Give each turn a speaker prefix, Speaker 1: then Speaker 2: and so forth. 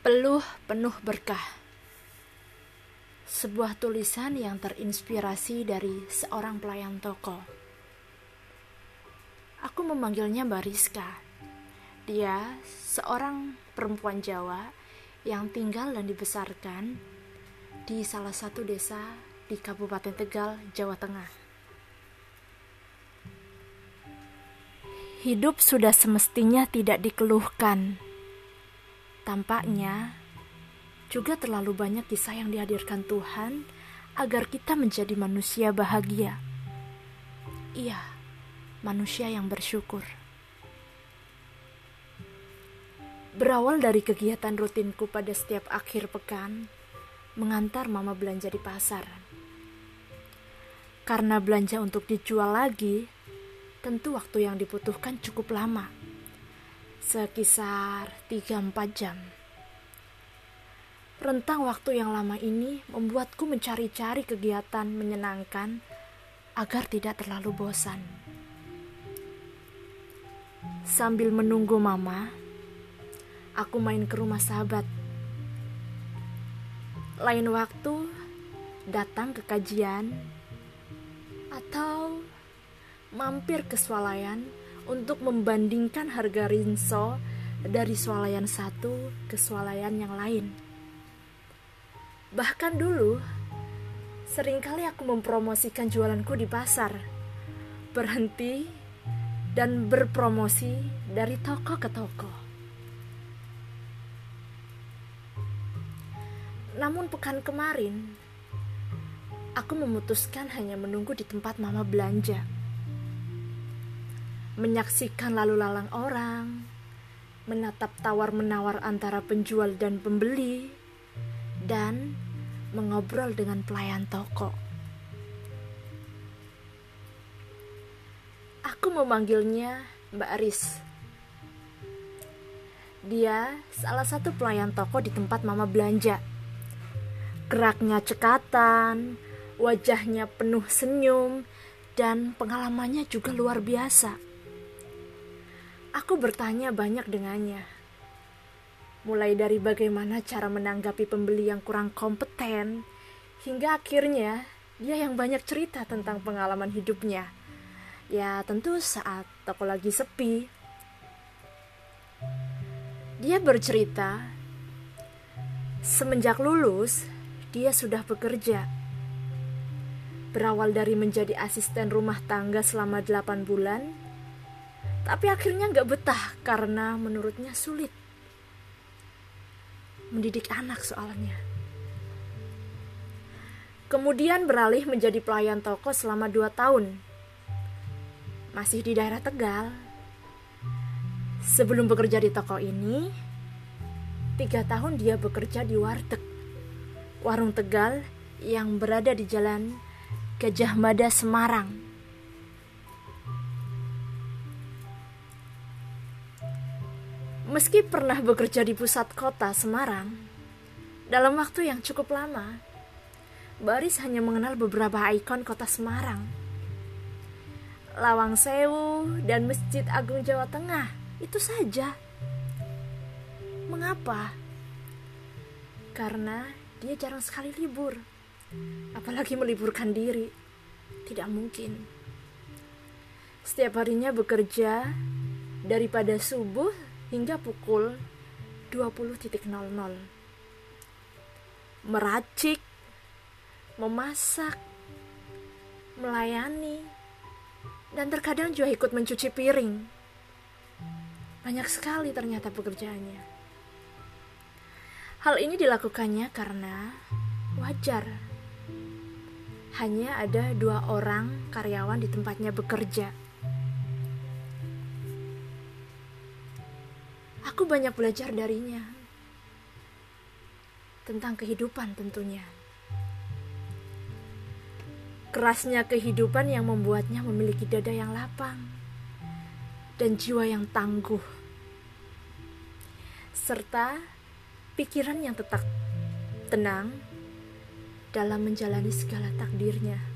Speaker 1: Peluh penuh berkah. Sebuah tulisan yang terinspirasi dari seorang pelayan toko. Aku memanggilnya Mbak Rizka. Dia seorang perempuan Jawa yang tinggal dan dibesarkan di salah satu desa di Kabupaten Tegal, Jawa Tengah. Hidup sudah semestinya tidak dikeluhkan. Tampaknya juga terlalu banyak kisah yang dihadirkan Tuhan agar kita menjadi manusia bahagia. Iya, manusia yang bersyukur. Berawal dari kegiatan rutinku pada setiap akhir pekan, mengantar mama belanja di pasar. Karena belanja untuk dijual lagi, tentu waktu yang dibutuhkan cukup lama. Sekisar 3-4 jam. Rentang waktu yang lama ini membuatku mencari-cari kegiatan menyenangkan agar tidak terlalu bosan. Sambil menunggu mama, aku main ke rumah sahabat. Lain waktu datang ke kajian atau mampir ke swalayan untuk membandingkan harga rinso dari swalayan satu ke swalayan yang lain. Bahkan dulu, seringkali aku mempromosikan jualanku di pasar, berhenti dan berpromosi dari toko ke toko. Namun pekan kemarin, aku memutuskan hanya menunggu di tempat mama belanja. Menyaksikan lalu lalang orang, menatap tawar-menawar antara penjual dan pembeli, dan mengobrol dengan pelayan toko. Aku memanggilnya Mbak Aris. Dia salah satu pelayan toko di tempat mama belanja. Geraknya cekatan, wajahnya penuh senyum, dan pengalamannya juga luar biasa. Aku bertanya banyak dengannya, mulai dari bagaimana cara menanggapi pembeli yang kurang kompeten, hingga akhirnya dia yang banyak cerita tentang pengalaman hidupnya. Ya tentu saat toko lagi sepi. Dia bercerita, semenjak lulus, dia sudah bekerja. Berawal dari menjadi asisten rumah tangga selama 8 bulan, tapi akhirnya gak betah karena menurutnya sulit mendidik anak soalnya. Kemudian beralih menjadi pelayan toko selama 2 tahun. Masih di daerah Tegal. Sebelum bekerja di toko ini, 3 tahun dia bekerja di warteg, warung Tegal yang berada di Jalan Gajah Mada, Semarang. Meski pernah bekerja di pusat kota Semarang, dalam waktu yang cukup lama, Baris hanya mengenal beberapa ikon kota Semarang. Lawang Sewu dan Masjid Agung Jawa Tengah, itu saja. Mengapa? Karena dia jarang sekali libur, apalagi meliburkan diri. Tidak mungkin. Setiap harinya bekerja daripada subuh hingga pukul 20.00. Meracik, memasak, melayani, dan terkadang juga ikut mencuci piring. Banyak sekali ternyata pekerjaannya. Hal ini dilakukannya karena wajar. Hanya ada 2 orang karyawan di tempatnya bekerja. Aku banyak belajar darinya tentang kehidupan tentunya. Kerasnya kehidupan yang membuatnya memiliki dada yang lapang dan jiwa yang tangguh, serta pikiran yang tetap tenang dalam menjalani segala takdirnya.